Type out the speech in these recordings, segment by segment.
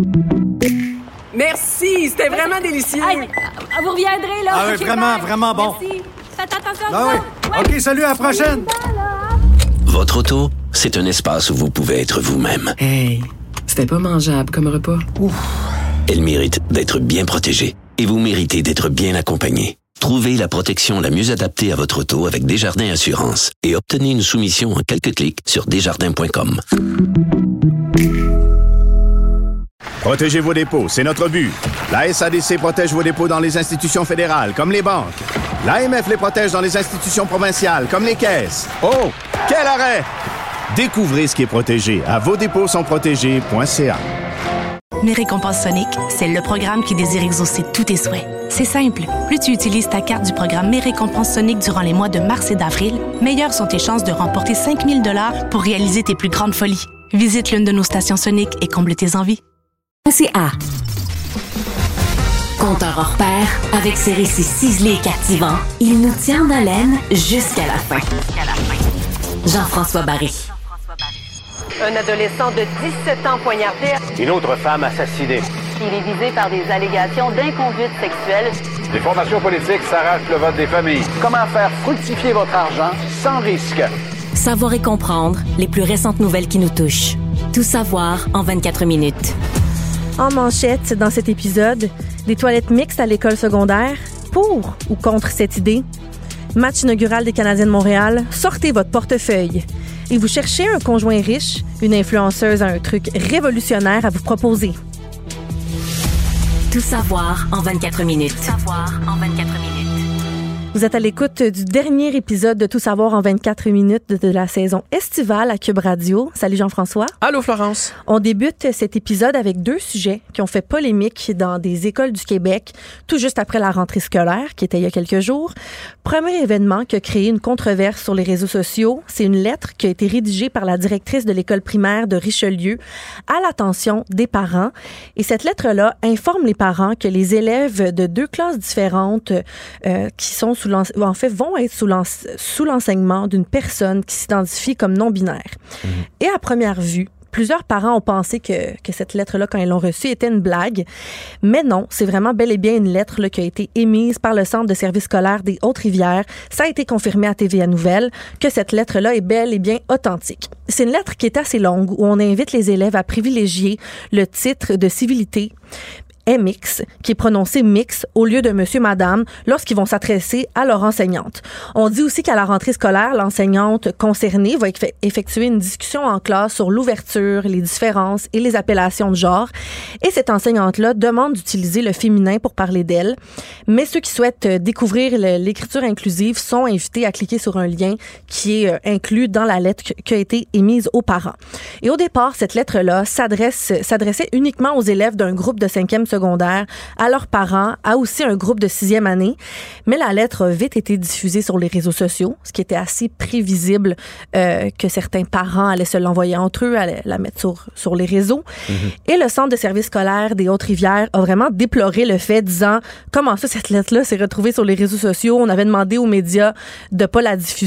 Merci, c'était vraiment délicieux. Hey, vous reviendrez, là. Ah oui, Okay, vraiment, bye. vraiment bon. Merci. Faites attention. Ah oui. Ouais. OK, salut, à la prochaine. Votre auto, c'est un espace où vous pouvez être vous-même. Hey, c'était pas mangeable comme repas. Elle mérite d'être bien protégée et vous méritez d'être bien accompagné. Trouvez la protection la mieux adaptée à votre auto avec Desjardins Assurance et obtenez une soumission en quelques clics sur desjardins.com. Protégez vos dépôts, c'est notre but. La SADC protège vos dépôts dans les institutions fédérales, comme les banques. L'AMF les protège dans les institutions provinciales, comme les caisses. Oh, quel arrêt! Découvrez ce qui est protégé à vosdépôtssontprotégés.ca. Mes récompenses Sonic, c'est le programme qui désire exaucer tous tes souhaits. C'est simple. Plus tu utilises ta carte du programme Mes récompenses Sonic durant les mois de mars et d'avril, meilleures sont tes chances de remporter 5 000 $ pour réaliser tes plus grandes folies. Visite l'une de nos stations Sonic et comble tes envies. CA. Conteur hors pair, avec ses récits ciselés et captivants, il nous tient en haleine jusqu'à la fin. Jean-François Barry. Un adolescent de 17 ans poignardé. Une autre femme assassinée. Il est visé par des allégations d'inconduite sexuelle. Les formations politiques s'arrachent le vote des familles. Comment faire fructifier votre argent sans risque? Savoir et comprendre les plus récentes nouvelles qui nous touchent. Tout savoir en 24 minutes. En manchette, dans cet épisode, des toilettes mixtes à l'école secondaire, pour ou contre cette idée? Match inaugural des Canadiens de Montréal, sortez votre portefeuille. Et vous cherchez un conjoint riche, une influenceuse a un truc révolutionnaire à vous proposer. Tout savoir en 24 minutes. Tout savoir en 24 minutes. Vous êtes à l'écoute du dernier épisode de Tout savoir en 24 minutes de la saison estivale à Cube Radio. Salut Jean-François. Allô Florence. On débute cet épisode avec deux sujets qui ont fait polémique dans des écoles du Québec, tout juste après la rentrée scolaire, qui était il y a quelques jours. Premier événement qui a créé une controverse sur les réseaux sociaux, c'est une lettre qui a été rédigée par la directrice de l'école primaire de Richelieu à l'attention des parents. Et cette lettre-là informe les parents que les élèves de deux classes différentes qui sont vont être sous l'enseignement d'une personne qui s'identifie comme non-binaire. Et à première vue, plusieurs parents ont pensé que cette lettre-là, quand ils l'ont reçue, était une blague. Mais non, c'est vraiment bel et bien une lettre là, qui a été émise par le Centre de services scolaires des Hautes-Rivières. Ça a été confirmé à TVA Nouvelles que cette lettre-là est bel et bien authentique. C'est une lettre qui est assez longue où on invite les élèves à privilégier le titre de civilité MX, qui est prononcé mix au lieu de monsieur, madame, lorsqu'ils vont s'adresser à leur enseignante. On dit aussi qu'à la rentrée scolaire, l'enseignante concernée va effectuer une discussion en classe sur l'ouverture, les différences et les appellations de genre. Et cette enseignante-là demande d'utiliser le féminin pour parler d'elle. Mais ceux qui souhaitent découvrir l'écriture inclusive sont invités à cliquer sur un lien qui est inclus dans la lettre qui a été émise aux parents. Et au départ, cette lettre-là s'adressait uniquement aux élèves d'un groupe de 5e secondaire, à leurs parents, à aussi un groupe de 6e année. Mais la lettre a vite été diffusée sur les réseaux sociaux, ce qui était assez prévisible que certains parents allaient se l'envoyer entre eux, allaient la mettre sur les réseaux. Et le Centre de services scolaires des Hautes-Rivières a vraiment déploré le fait, disant « Comment ça, cette lettre-là s'est retrouvée sur les réseaux sociaux? On avait demandé aux médias de pas la diffuser. »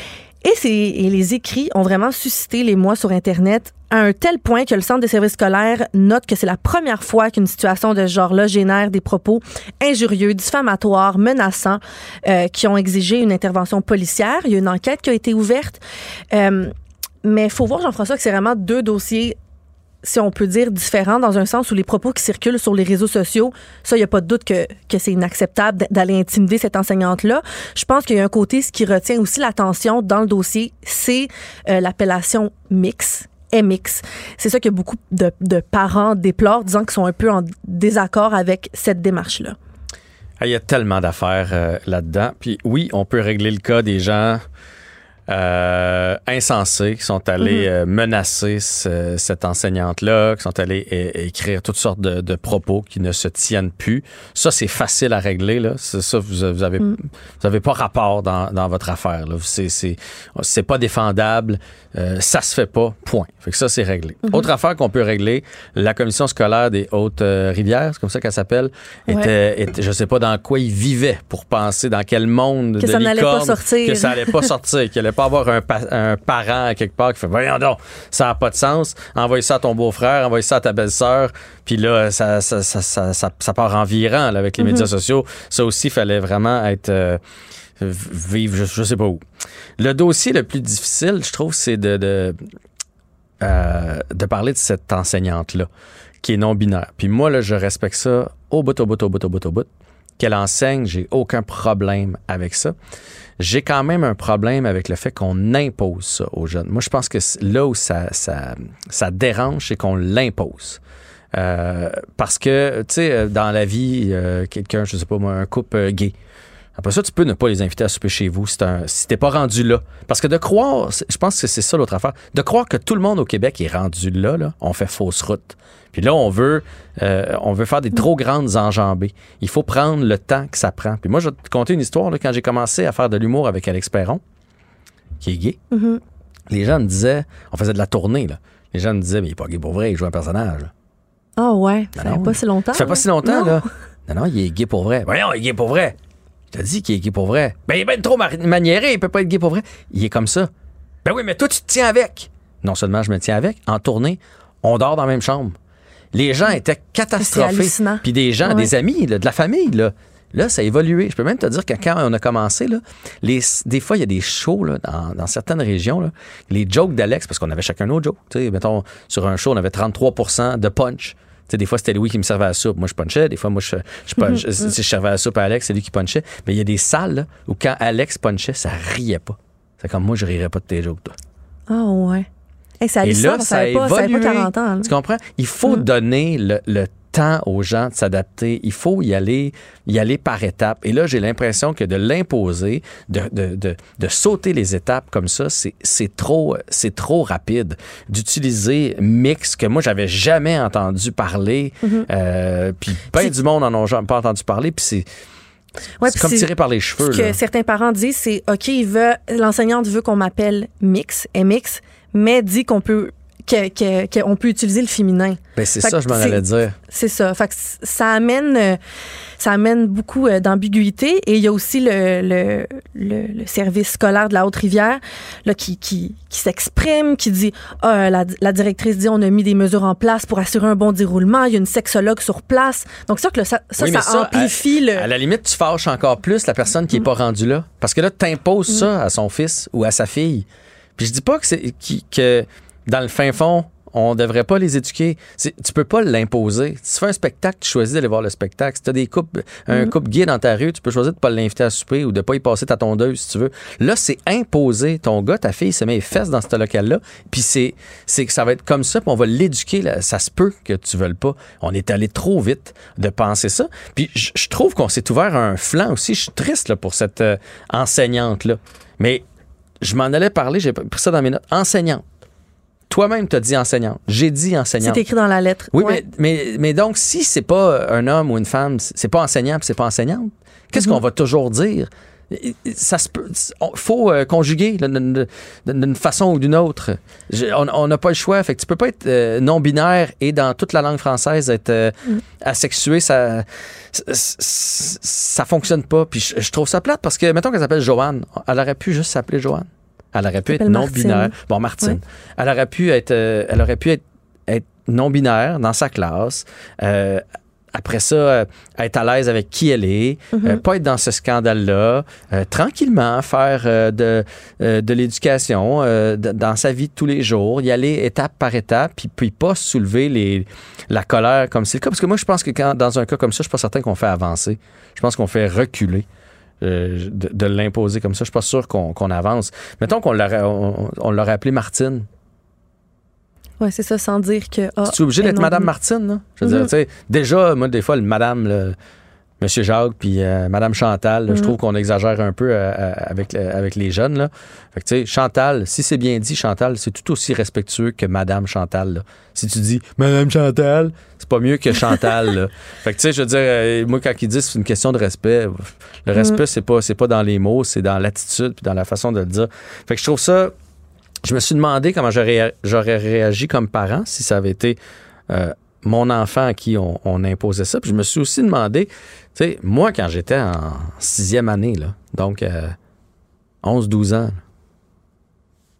Et les écrits ont vraiment suscité l'émoi sur Internet à un tel point que le Centre de services scolaires note que c'est la première fois qu'une situation de ce genre-là génère des propos injurieux, diffamatoires, menaçants, qui ont exigé une intervention policière. Il y a une enquête qui a été ouverte. Mais il faut voir, Jean-François, que c'est vraiment deux dossiers, si on peut dire, différents, dans un sens où les propos qui circulent sur les réseaux sociaux, ça, il n'y a pas de doute que c'est inacceptable d'aller intimider cette enseignante-là. Je pense qu'il y a un côté, ce qui retient aussi l'attention dans le dossier, c'est l'appellation mix. MX. C'est ça que beaucoup de parents déplorent, disant qu'ils sont un peu en désaccord avec cette démarche-là. Il y a tellement d'affaires là-dedans. Puis oui, on peut régler le cas des gens insensés qui sont allés menacer cette enseignante-là, qui sont allés écrire toutes sortes de propos qui ne se tiennent plus. Ça, c'est facile à régler, là. C'est ça, vous avez pas rapport dans votre affaire, là. C'est pas défendable. Ça se fait pas, point. Fait que ça, c'est réglé. Autre affaire qu'on peut régler, la commission scolaire des Hautes-Rivières, c'est comme ça qu'elle s'appelle, était, je sais pas dans quoi ils vivaient pour penser dans quel monde que de ça n'allait pas licorne, sortir. que ça allait pas sortir, qu'il allait pas avoir un parent à quelque part qui fait « Voyons donc, ça n'a pas de sens. Envoie ça à ton beau-frère, envoie ça à ta belle-sœur. » Puis là, ça part en virant là, avec les médias sociaux. Ça aussi, il fallait vraiment être... vivre je sais pas où. Le dossier le plus difficile, je trouve, c'est de parler de cette enseignante-là, qui est non-binaire. Puis moi, là, je respecte ça au bout. Qu'elle enseigne, j'ai aucun problème avec ça. J'ai quand même un problème avec le fait qu'on impose ça aux jeunes. Moi, je pense que là où ça dérange, c'est qu'on l'impose. Parce que, tu sais, dans la vie, quelqu'un, je sais pas moi, un couple gay, après ça, tu peux ne pas les inviter à souper chez vous si t'es pas rendu là. Parce que de croire, je pense que c'est ça l'autre affaire, de croire que tout le monde au Québec est rendu là, on fait fausse route. Puis là, on veut faire des trop grandes enjambées. Il faut prendre le temps que ça prend. Puis moi, je vais te conter une histoire, là, quand j'ai commencé à faire de l'humour avec Alex Perron, qui est gay. Mm-hmm. Les gens me disaient, on faisait de la tournée, là. Les gens me disaient, mais il est pas gay pour vrai, il joue un personnage. Ah ouais, ça fait pas si longtemps. Ça fait pas si longtemps, là. Non, il est gay pour vrai. Voyons, il est gay pour vrai. Je te dis qu'il est gay pour vrai. Ben, il est bien trop maniéré, il peut pas être gay pour vrai. Il est comme ça. Ben oui, mais toi, tu te tiens avec. Non seulement je me tiens avec, en tournée, on dort dans la même chambre. Les gens étaient catastrophés. Puis des gens, des amis, là, de la famille, là, ça a évolué. Je peux même te dire que quand on a commencé, là, des fois, il y a des shows là, dans certaines régions, là, les jokes d'Alex, parce qu'on avait chacun nos jokes. Mettons, sur un show, on avait 33% de punch. T'sais, des fois, c'était Louis qui me servait à la soupe. Moi, je punchais. Des fois, je servais à la soupe à Alex, c'est lui qui punchait. Mais il y a des salles là, où quand Alex punchait, ça riait pas. C'est comme moi, je rirais pas de tes jokes, toi. Ah ouais. Hey, ça a évolué. 40 ans. Là. Tu comprends? Il faut donner le temps aux gens de s'adapter. Il faut y aller par étapes. Et là, j'ai l'impression que de l'imposer, de sauter les étapes comme ça, c'est trop rapide. D'utiliser mix que moi, j'avais jamais entendu parler. Puis ben du monde en a pas entendu parler. Puis c'est comme tiré par les cheveux. Ce que certains parents disent, c'est OK, l'enseignante veut qu'on m'appelle mix, MX, mais dit qu'on peut utiliser le féminin. Ben c'est ça, je m'en allais dire. C'est ça. Fait que ça amène beaucoup d'ambiguïté. Et il y a aussi le service scolaire de la Haute-Rivière là, qui s'exprime, qui dit la directrice dit on a mis des mesures en place pour assurer un bon déroulement. Il y a une sexologue sur place. Donc ça amplifie à la limite, tu fâches encore plus la personne qui n'est pas rendue là. Parce que là, tu imposes ça à son fils ou à sa fille. Puis je dis pas que dans le fin fond, on devrait pas les éduquer. Tu peux pas l'imposer. Si tu fais un spectacle, tu choisis d'aller voir le spectacle. Si tu as un couple gay dans ta rue, tu peux choisir de pas l'inviter à souper ou de pas y passer ta tondeuse si tu veux. Là, c'est imposé. Ton gars, ta fille se met les fesses dans ce local-là. Puis c'est que ça va être comme ça, puis on va l'éduquer. Là. Ça se peut que tu veuilles pas. On est allé trop vite de penser ça. Puis je trouve qu'on s'est ouvert un flanc aussi. Je suis triste là, pour cette enseignante-là. Mais je m'en allais parler, j'ai pris ça dans mes notes. Enseignante. Toi-même, tu as dit enseignante. J'ai dit enseignante. C'est écrit dans la lettre. Oui, ouais. mais donc, si c'est pas un homme ou une femme, c'est pas enseignant puis c'est pas enseignante, qu'est-ce qu'on va toujours dire? Ça se peut. Faut conjuguer d'une façon ou d'une autre. On n'a pas le choix. Fait que tu peux pas être non-binaire et dans toute la langue française être asexué. Ça fonctionne pas. Puis je trouve ça plate parce que, mettons qu'elle s'appelle Joanne. Elle aurait pu juste s'appeler Joanne. Elle aurait pu être non-binaire. Bon, Martine. Ouais. Elle aurait pu être non-binaire dans sa classe. Après ça, être à l'aise avec qui elle est, pas être dans ce scandale-là, tranquillement faire de l'éducation dans sa vie de tous les jours, y aller étape par étape, puis pas soulever la colère comme c'est le cas. Parce que moi, je pense que dans un cas comme ça, je suis pas certain qu'on fait avancer. Je pense qu'on fait reculer. De l'imposer comme ça. Je suis pas sûr qu'on avance. Mettons qu'on l'aurait appelée Martine. Oui, c'est ça, sans dire que... Tu es obligé d'être Madame Martine, là? Je veux dire, tu sais, déjà, moi, des fois, le Madame, Monsieur Jacques, puis Madame Chantal, là, je trouve qu'on exagère un peu avec les jeunes, là. Fait que, tu sais, Chantal, si c'est bien dit, Chantal, c'est tout aussi respectueux que Madame Chantal, là. Si tu dis Madame Chantal, c'est pas mieux que Chantal, là. Fait que, tu sais, je veux dire, moi, quand ils disent c'est une question de respect, le respect, c'est pas dans les mots, c'est dans l'attitude, puis dans la façon de le dire. Fait que je trouve ça... Je me suis demandé comment j'aurais réagi comme parent si ça avait été mon enfant à qui on imposait ça. Puis je me suis aussi demandé, tu sais, moi, quand j'étais en 6e année, là, donc 11-12 ans,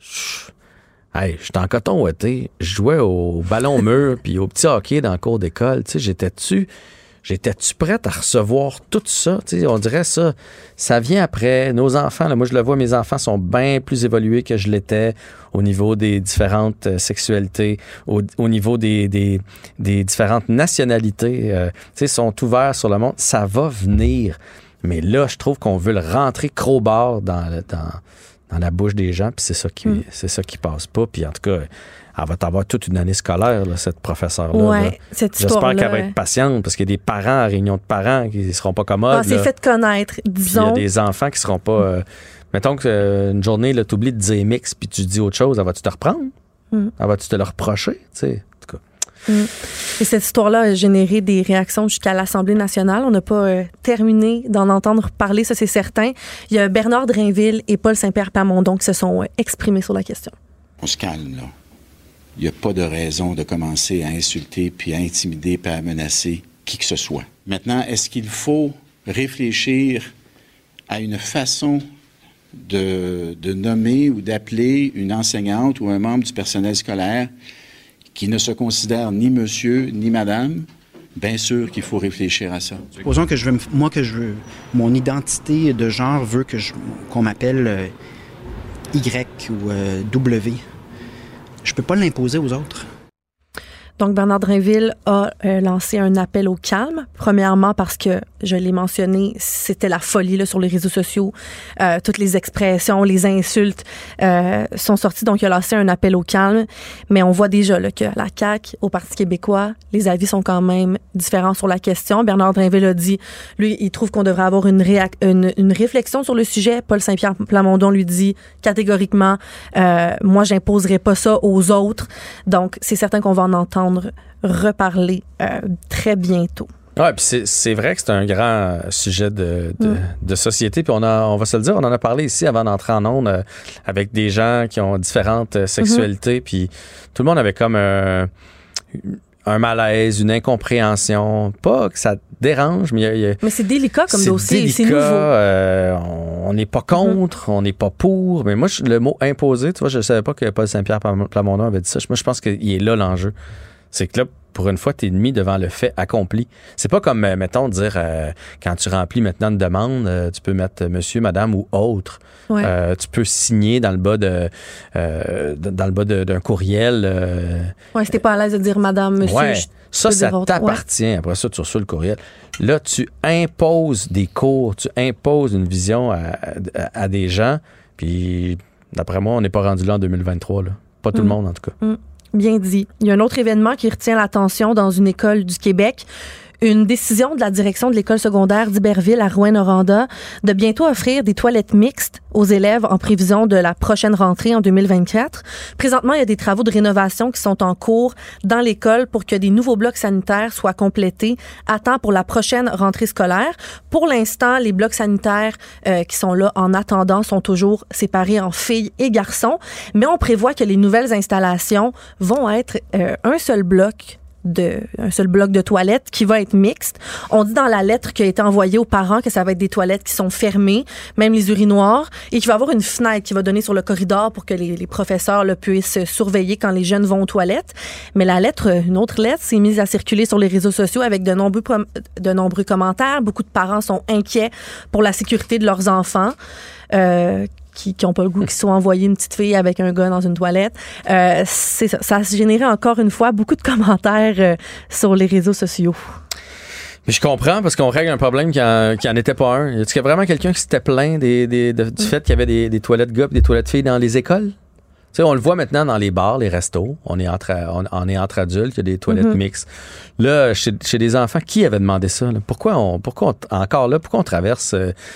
j'étais en coton ouaté, je jouais au ballon mur puis au petit hockey dans le cours d'école. Tu sais, j'étais-tu prête à recevoir tout ça? Tu sais, on dirait ça vient après. Nos enfants, là, moi je le vois, mes enfants sont bien plus évolués que je l'étais au niveau des différentes sexualités, au niveau des différentes nationalités. Tu sais, sont ouverts sur le monde. Ça va venir. Mais là, je trouve qu'on veut le rentrer crowbar dans la bouche des gens, puis c'est ça qui passe pas. Puis en tout cas, elle va avoir toute une année scolaire, là, cette professeure-là. Ouais, cette histoire-là. J'espère qu'elle va être patiente, parce qu'il y a des parents à réunion de parents qui ne seront pas commodes. C'est fait connaître, disons. Puis il y a des enfants qui ne seront pas... mettons qu'une journée, tu oublies de dire mix, puis tu dis autre chose, vas-tu te reprendre? Vas-tu te le reprocher? Tu sais, en tout cas. Et cette histoire-là a généré des réactions jusqu'à l'Assemblée nationale. On n'a pas terminé d'en entendre parler, ça c'est certain. Il y a Bernard Drinville et Paul Saint-Pierre Plamondon qui se sont exprimés sur la question. On se calme, là. Il n'y a pas de raison de commencer à insulter, puis à intimider, puis à menacer qui que ce soit. Maintenant, est-ce qu'il faut réfléchir à une façon de nommer ou d'appeler une enseignante ou un membre du personnel scolaire qui ne se considère ni monsieur ni madame? Bien sûr qu'il faut réfléchir à ça. Supposons que mon identité de genre veut qu'on m'appelle Y ou W. Je peux pas l'imposer aux autres. Donc, Bernard Drinville a lancé un appel au calme. Premièrement, parce que, je l'ai mentionné, c'était la folie là, sur les réseaux sociaux. Toutes les expressions, les insultes sont sorties. Donc, il a lancé un appel au calme. Mais on voit déjà là, que la CAQ, au Parti québécois, les avis sont quand même différents sur la question. Bernard Drinville a dit, lui, il trouve qu'on devrait avoir une réflexion sur le sujet. Paul Saint-Pierre Plamondon lui dit catégoriquement, moi, j'imposerai pas ça aux autres. Donc, c'est certain qu'on va en entendre reparler très bientôt. Oui, puis c'est vrai que c'est un grand sujet de société. Puis on va se le dire, on en a parlé ici avant d'entrer en ondes avec des gens qui ont différentes sexualités. Puis tout le monde avait comme un malaise, une incompréhension. Pas que ça dérange, mais mais c'est délicat comme dossier, délicat, c'est nouveau. On n'est pas contre, on n'est pas pour. Mais moi, le mot imposer, tu vois, je ne savais pas que Paul Saint-Pierre Plamondon avait dit ça. Moi, je pense qu'il est là l'enjeu. C'est que là, pour une fois, tu es mis devant le fait accompli. C'est pas comme, mettons, dire, quand tu remplis maintenant une demande, tu peux mettre monsieur, madame ou autre. Ouais. Tu peux signer dans le bas d'un courriel. Oui, si t'es pas à l'aise de dire madame, monsieur. Ouais. Ça t'appartient. Ouais. Après ça, tu reçois le courriel. Là, tu imposes des cours, tu imposes une vision à des gens. Puis, d'après moi, on n'est pas rendu là en 2023. Là. Pas tout le monde, en tout cas. Bien dit. Il y a un autre événement qui retient l'attention dans une école du Québec. Une décision de la direction de l'école secondaire d'Iberville à Rouyn-Noranda de bientôt offrir des toilettes mixtes aux élèves en prévision de la prochaine rentrée en 2024. Présentement, il y a des travaux de rénovation qui sont en cours dans l'école pour que des nouveaux blocs sanitaires soient complétés à temps pour la prochaine rentrée scolaire. Pour l'instant, les blocs sanitaires qui sont là en attendant sont toujours séparés en filles et garçons, mais on prévoit que les nouvelles installations vont être un seul bloc de toilettes qui va être mixte. On dit dans la lettre qui a été envoyée aux parents que ça va être des toilettes qui sont fermées, même les urinoirs, et qu'il va y avoir une fenêtre qui va donner sur le corridor pour que les professeurs là, puissent surveiller quand les jeunes vont aux toilettes. Mais une autre lettre s'est mise à circuler sur les réseaux sociaux avec de nombreux commentaires. Beaucoup de parents sont inquiets pour la sécurité de leurs enfants. Qui n'ont pas le goût qu'ils soient envoyés une petite fille avec un gars dans une toilette. C'est ça. Ça a généré encore une fois beaucoup de commentaires sur les réseaux sociaux. Mais je comprends parce qu'on règle un problème qui en était pas un. Est-ce qu'il y a vraiment quelqu'un qui s'était plaint du fait qu'il y avait des toilettes gars et des toilettes filles dans les écoles? Tu sais, on le voit maintenant dans les bars, les restos. On est entre adultes, il y a des toilettes mixtes. Là, chez des enfants, qui avait demandé ça? Là? Pourquoi on traverse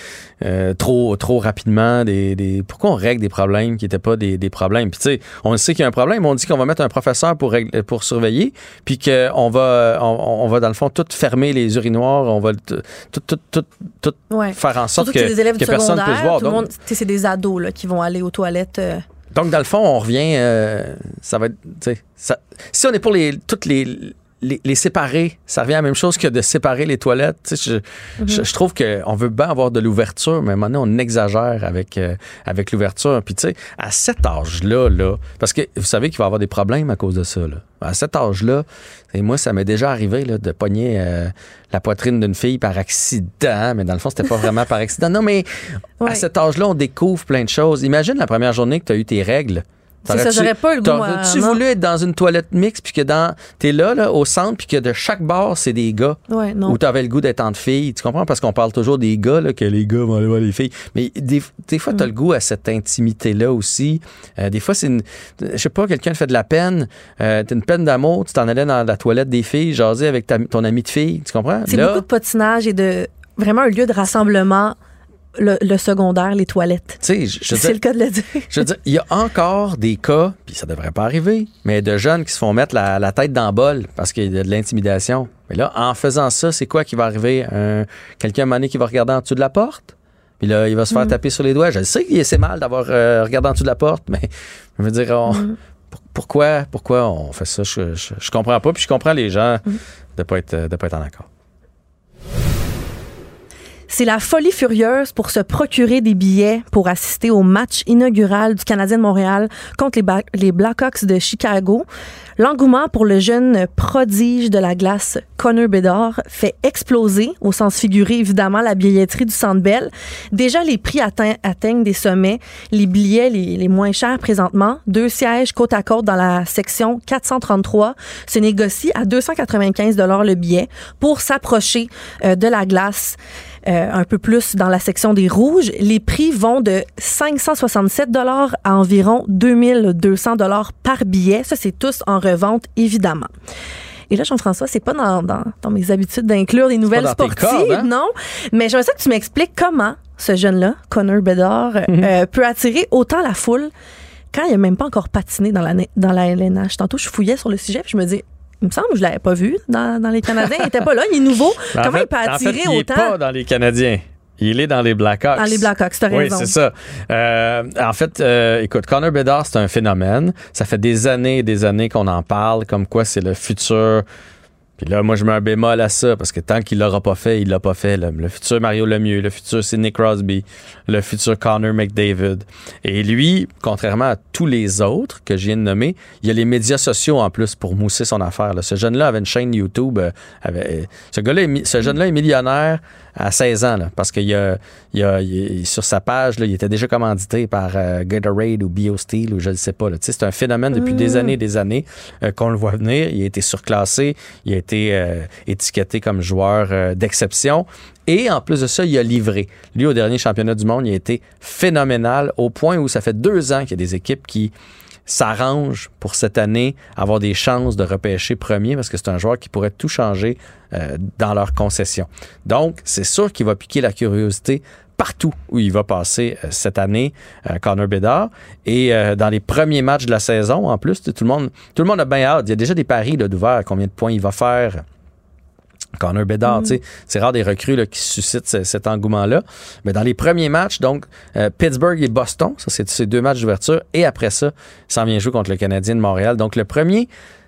trop rapidement pourquoi on règle des problèmes qui n'étaient pas des problèmes? Puis tu sais, on sait qu'il y a un problème, on dit qu'on va mettre un professeur pour surveiller, puis qu'on va dans le fond tout fermer les urinoirs, on va tout faire en sorte que personne ne puisse voir. Tout le monde, c'est des ados là, qui vont aller aux toilettes. Donc, dans le fond, on revient... ça va être... si on est pour toutes les les séparer, ça revient à la même chose que de séparer les toilettes. Tu sais, je trouve qu'on veut bien avoir de l'ouverture, mais maintenant, on exagère avec l'ouverture. Puis, tu sais, à cet âge-là, parce que vous savez qu'il va y avoir des problèmes à cause de ça, là. À cet âge-là, et moi, ça m'est déjà arrivé là, de pogner la poitrine d'une fille par accident, mais dans le fond, c'était pas vraiment par accident. Non, mais à cet âge-là, on découvre plein de choses. Imagine la première journée que tu as eu tes règles. C'est ça, j'aurais pas le goût. T'aurais-tu voulu être dans une toilette mixte, puis que t'es là, au centre, puis que de chaque bord, c'est des gars? Ouais, non. Ou t'avais le goût d'être entre filles? Tu comprends? Parce qu'on parle toujours des gars, là, que les gars vont aller voir les filles. Mais des fois, t'as le goût à cette intimité-là aussi. Des fois, c'est je sais pas, quelqu'un te fait de la peine. T'as une peine d'amour, tu t'en allais dans la toilette des filles, jaser avec ton ami de fille. Tu comprends? C'est beaucoup de patinage et de vraiment un lieu de rassemblement. Le secondaire, les toilettes. C'est le cas de le dire. Je veux dire, il y a encore des cas, puis ça devrait pas arriver, mais de jeunes qui se font mettre la tête dans le bol parce qu'il y a de l'intimidation. Mais là, en faisant ça, c'est quoi qui va arriver? Quelqu'un à un moment donné qui va regarder en dessous de la porte? Puis là, il va se faire taper sur les doigts. Je sais que c'est mal d'avoir regardé en dessous de la porte, mais je veux dire, pourquoi on fait ça? Je comprends pas, puis je comprends les gens de pas être en accord. C'est la folie furieuse pour se procurer des billets pour assister au match inaugural du Canadien de Montréal contre les Blackhawks de Chicago. L'engouement pour le jeune prodige de la glace Connor Bedard fait exploser, au sens figuré évidemment, la billetterie du Centre Bell. Déjà, les prix atteignent des sommets. Les billets les moins chers présentement, 2 sièges côte à côte dans la section 433, se négocient à 295 $ le billet pour s'approcher de la glace. Un peu plus dans la section des rouges. Les prix vont de 567 $ à environ 2200 $ par billet. Ça, c'est tous en revente, évidemment. Et là, Jean-François, c'est pas dans mes habitudes d'inclure des nouvelles sportives, cordes, hein? Non. Mais j'aimerais ça que tu m'expliques comment ce jeune-là, Connor Bedard, peut attirer autant la foule quand il n'a même pas encore patiné dans la LNH. Tantôt, je fouillais sur le sujet puis je me dis, il me semble que je ne l'avais pas vu dans les Canadiens. Il n'était pas là, il est nouveau. Comment il peut attirer autant? Il n'est pas dans les Canadiens. Il est dans les Blackhawks. Dans les Blackhawks, tu as raison. Oui, c'est ça. En fait, écoute, Connor Bedard, c'est un phénomène. Ça fait des années et des années qu'on en parle, comme quoi c'est le futur. Puis là, moi, je mets un bémol à ça, parce que tant qu'il l'aura pas fait, il l'a pas fait. Le futur Mario Lemieux, le futur Sidney Crosby, le futur Connor McDavid. Et lui, contrairement à tous les autres que je viens de nommer, il y a les médias sociaux en plus pour mousser son affaire. Là. Ce jeune-là avait une chaîne YouTube. Ce jeune-là est millionnaire à 16 ans, là, parce qu'il sur sa page, là, il était déjà commandité par Gatorade ou BioSteel ou je ne sais pas. Là. C'est un phénomène depuis des années qu'on le voit venir. Il a été surclassé, il a été étiqueté comme joueur d'exception. Et en plus de ça, il a livré. Lui, au dernier championnat du monde, il a été phénoménal au point où ça fait 2 ans qu'il y a des équipes qui s'arrangent pour cette année avoir des chances de repêcher premier parce que c'est un joueur qui pourrait tout changer dans leur concession. Donc, c'est sûr qu'il va piquer la curiosité partout où il va passer cette année, Connor Bedard. Et dans les premiers matchs de la saison, en plus, tout le monde a bien hâte. Il y a déjà des paris là, d'ouvert à combien de points il va faire. Connor Bedard, tu sais, c'est rare des recrues là, qui suscitent cet engouement-là. Mais dans les premiers matchs, donc, Pittsburgh et Boston, ça, c'est ces 2 matchs d'ouverture. Et après ça, il s'en vient jouer contre le Canadien de Montréal. Donc, le premier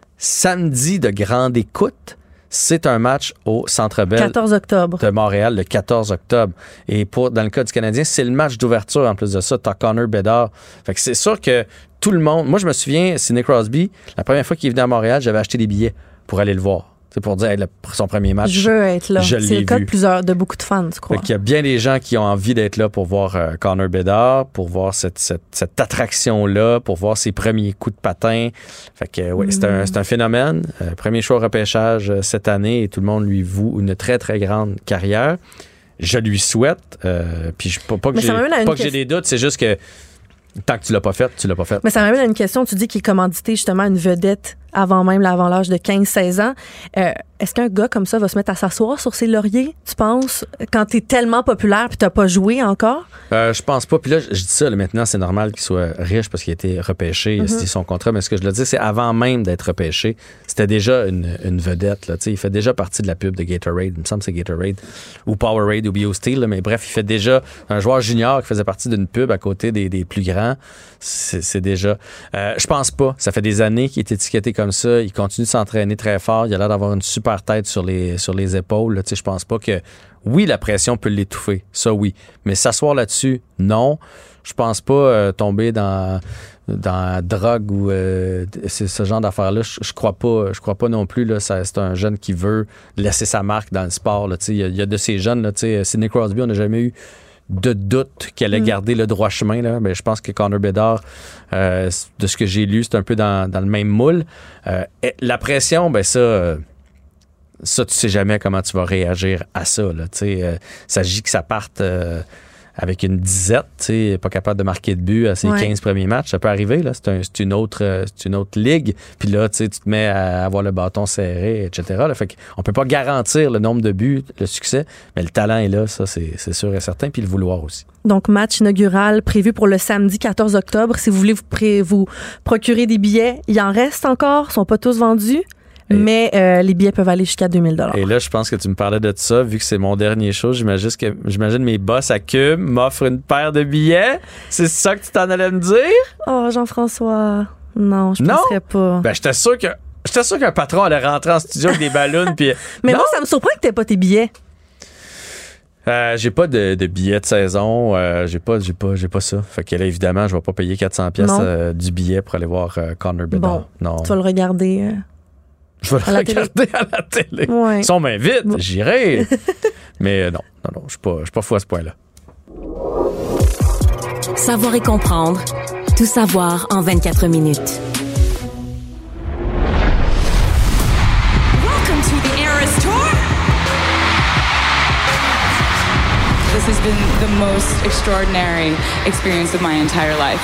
samedi de grande écoute, c'est un match au Centre Bell 14 octobre. De Montréal, le 14 octobre. Et dans le cas du Canadien, c'est le match d'ouverture en plus de ça. T'as Connor Bedard. Fait que c'est sûr que tout le monde... Moi, je me souviens, Sidney Crosby, la première fois qu'il est venu à Montréal, j'avais acheté des billets pour aller le voir. C'est pour dire, son premier match. Je veux être là. C'est le cas de beaucoup de fans, je crois. Il y a bien des gens qui ont envie d'être là pour voir Connor Bedard, pour voir cette attraction-là, pour voir ses premiers coups de patin. Fait que, oui, c'est un phénomène. Premier choix au repêchage cette année et tout le monde lui voue une très, très grande carrière. Je lui souhaite. Puis pas que j'ai des doutes, c'est juste que tant que tu l'as pas fait, tu l'as pas fait. Mais ça m'amène à une question. Tu dis qu'il est commandité justement une vedette avant l'âge de 15-16 ans. Est-ce qu'un gars comme ça va se mettre à s'asseoir sur ses lauriers, tu penses, quand t'es tellement populaire puis t'as pas joué encore? Je pense pas. Puis là, je dis ça, là, maintenant, c'est normal qu'il soit riche parce qu'il a été repêché, il a signé son contrat. Mais ce que je le dis, c'est avant même d'être repêché, c'était déjà une vedette. Là, il fait déjà partie de la pub de Gatorade. Il me semble que c'est Gatorade ou Powerade ou BioSteel. Là, mais bref, il fait déjà un joueur junior qui faisait partie d'une pub à côté des plus grands. C'est déjà... je pense pas. Ça fait des années qu'il est étiqueté comme comme ça. Il continue de s'entraîner très fort. Il a l'air d'avoir une super tête sur les épaules. Je pense pas que... Oui, la pression peut l'étouffer. Ça, oui. Mais s'asseoir là-dessus, non. Je pense pas tomber dans la drogue ou ce genre d'affaires-là. Je crois pas non plus. Là, c'est un jeune qui veut laisser sa marque dans le sport. Il y a de ces jeunes. Là, Sidney Crosby, on n'a jamais eu de doute qu'elle allait garder le droit chemin. Là. Mais je pense que Connor Bedard, de ce que j'ai lu, c'est un peu dans le même moule. La pression, ben ça, tu sais jamais comment tu vas réagir à ça. Il s'agit que ça parte avec une disette, pas capable de marquer de but à ses 15 premiers matchs. Ça peut arriver, là. C'est une autre ligue. Puis là, tu te mets à avoir le bâton serré, etc. Là. Fait qu'on peut pas garantir le nombre de buts, le succès, mais le talent est là, ça, c'est sûr et certain, puis le vouloir aussi. Donc, match inaugural prévu pour le samedi 14 octobre. Si vous voulez vous procurer des billets, il en reste encore, ils sont pas tous vendus. Mais les billets peuvent aller jusqu'à 2000 $. Et là, je pense que tu me parlais de ça, vu que c'est mon dernier show. J'imagine mes boss à Cube m'offrent une paire de billets. C'est ça que tu t'en allais me dire? Oh, Jean-François, non, je penserais pas. Ben, j'étais sûr qu'un patron allait rentrer en studio avec des ballons. Puis mais non, moi, ça me surprend que t'aies pas tes billets. J'ai pas de billets de saison. J'ai pas ça. Fait que là, évidemment, je vais pas payer 400 pièces du billet pour aller voir Connor Bedard. Bon, non. Tu vas le regarder... Je vais le regarder à la télé. Ouais. Si on m'invite, j'irai. Mais non, je suis pas fou à ce point-là. Savoir et comprendre. Tout savoir en 24 minutes. Welcome to the Eras Tour. This has been the most extraordinary experience of my entire life.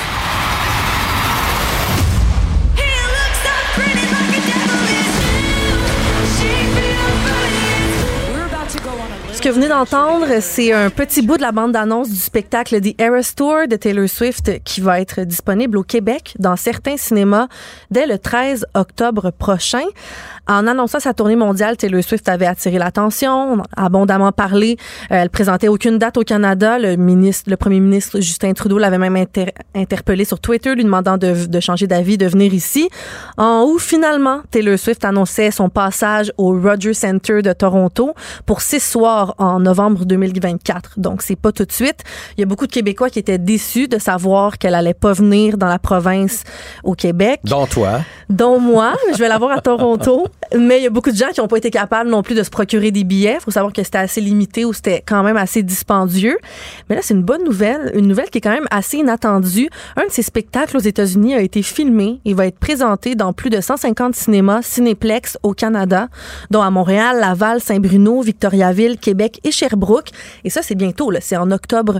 Ce que vous venez d'entendre, c'est un petit bout de la bande-annonce du spectacle The Eras Tour de Taylor Swift qui va être disponible au Québec dans certains cinémas dès le 13 octobre prochain. En annonçant sa tournée mondiale, Taylor Swift avait attiré l'attention, on a abondamment parlé. Elle présentait aucune date au Canada. Le premier ministre Justin Trudeau l'avait même interpellé sur Twitter, lui demandant de changer d'avis, de venir ici. En août, finalement, Taylor Swift annonçait son passage au Rogers Centre de Toronto pour 6 soirs en novembre 2024. Donc, c'est pas tout de suite. Il y a beaucoup de Québécois qui étaient déçus de savoir qu'elle allait pas venir dans la province au Québec. Dont toi. Dont moi. Je vais la voir à Toronto. Mais il y a beaucoup de gens qui n'ont pas été capables non plus de se procurer des billets. Il faut savoir que c'était assez limité ou c'était quand même assez dispendieux. Mais là, c'est une bonne nouvelle. Une nouvelle qui est quand même assez inattendue. Un de ces spectacles aux États-Unis a été filmé. Il va être présenté dans plus de 150 cinémas Cinéplex au Canada, dont à Montréal, Laval, Saint-Bruno, Victoriaville, Québec et Sherbrooke. Et ça, c'est bientôt, là. C'est en octobre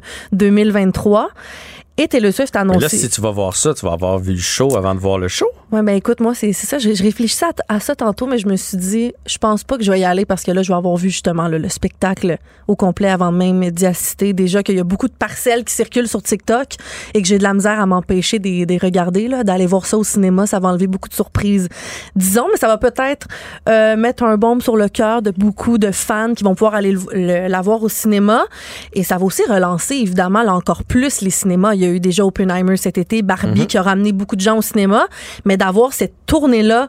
2023. Et Taylor Swift a annoncé... Mais là, si tu vas voir ça, tu vas avoir vu le show avant de voir le show? Oui, ben écoute, moi, c'est ça. Je réfléchissais à ça tantôt, mais je me suis dit, je pense pas que je vais y aller parce que là, je vais avoir vu justement le spectacle au complet avant même d'y assister. Déjà qu'il y a beaucoup de parcelles qui circulent sur TikTok et que j'ai de la misère à m'empêcher de regarder, là, d'aller voir ça au cinéma. Ça va enlever beaucoup de surprises, disons, mais ça va peut-être mettre un baume sur le cœur de beaucoup de fans qui vont pouvoir aller la voir au cinéma. Et ça va aussi relancer, évidemment, là, encore plus les cinémas. Il y a eu déjà Oppenheimer cet été, Barbie qui a ramené beaucoup de gens au cinéma, mais d'avoir cette tournée-là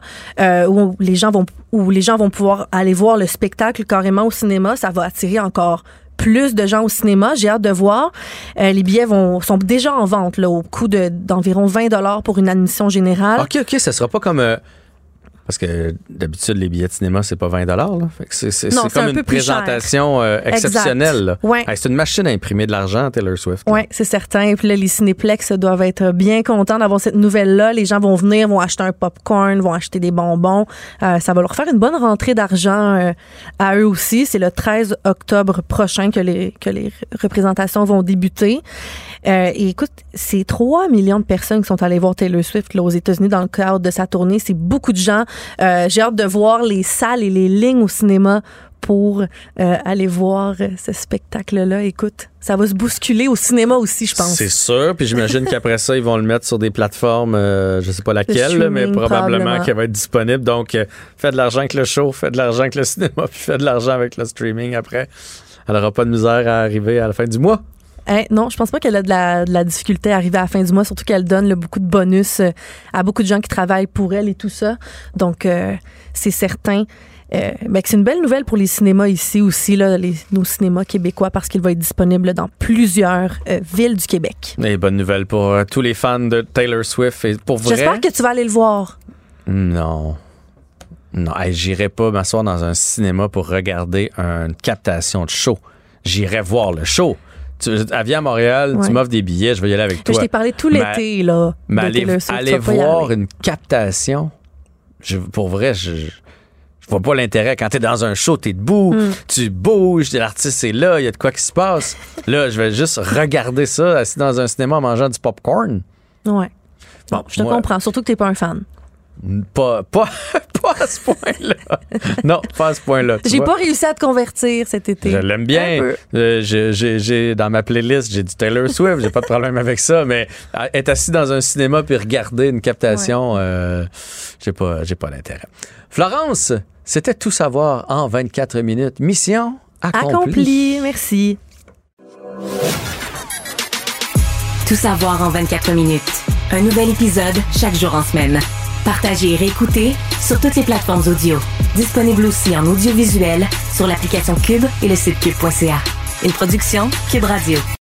où les gens vont pouvoir aller voir le spectacle carrément au cinéma, ça va attirer encore plus de gens au cinéma. J'ai hâte de voir. Les billets sont déjà en vente là, au coût d'environ 20 $ pour une admission générale. OK, ça sera pas comme... Parce que d'habitude, les billets de cinéma, c'est pas 20 $. Là. Fait que c'est comme une présentation exceptionnelle. Ouais. Hey, c'est une machine à imprimer de l'argent, Taylor Swift. Oui, c'est certain. Et puis là, les cinéplex doivent être bien contents d'avoir cette nouvelle-là. Les gens vont venir, vont acheter un popcorn, vont acheter des bonbons. Ça va leur faire une bonne rentrée d'argent à eux aussi. C'est le 13 octobre prochain que les représentations vont débuter. Et écoute, c'est 3 millions de personnes qui sont allées voir Taylor Swift là, aux États-Unis dans le cadre de sa tournée. C'est beaucoup de gens. J'ai hâte de voir les salles et les lignes au cinéma pour aller voir ce spectacle-là. Écoute, ça va se bousculer au cinéma aussi, je pense. C'est sûr. Puis j'imagine qu'après ça, ils vont le mettre sur des plateformes, je sais pas laquelle, là, mais probablement qu'elle va être disponible. Donc, fais de l'argent avec le show, fais de l'argent avec le cinéma, puis fais de l'argent avec le streaming après. Elle n'aura pas de misère à arriver à la fin du mois. Non, je pense pas qu'elle a de la difficulté à arriver à la fin du mois, surtout qu'elle donne beaucoup de bonus à beaucoup de gens qui travaillent pour elle et tout ça. Donc, c'est certain que c'est une belle nouvelle pour les cinémas ici aussi, là, nos cinémas québécois, parce qu'il va être disponible dans plusieurs villes du Québec. Et bonne nouvelle pour tous les fans de Taylor Swift. Et pour vrai, j'espère que tu vas aller le voir. Non, j'irai pas m'asseoir dans un cinéma pour regarder une captation de show. J'irai voir le show. Elle vient à Montréal, tu m'offres des billets, je vais y aller avec toi. Je t'ai parlé tout l'été, là. Mais aller voir une captation, pour vrai, je vois pas l'intérêt. Quand t'es dans un show, t'es debout, tu bouges, l'artiste est là, il y a de quoi qui se passe. Là, je vais juste regarder ça, assis dans un cinéma en mangeant du popcorn. Ouais. Bon, je te comprends, surtout que t'es pas un fan. Pas à ce point-là. Non, pas à ce point-là. J'ai pas réussi à te convertir cet été. Je l'aime bien. J'ai dans ma playlist, j'ai du Taylor Swift, j'ai pas de problème avec ça, mais être assis dans un cinéma puis regarder une captation, j'ai pas l'intérêt. Florence, c'était Tout savoir en 24 minutes. Mission accomplie. Merci. Tout savoir en 24 minutes. Un nouvel épisode chaque jour en semaine. Partagez et réécoutez sur toutes les plateformes audio. Disponible aussi en audiovisuel sur l'application Cube et le site cube.ca. Une production Cube Radio.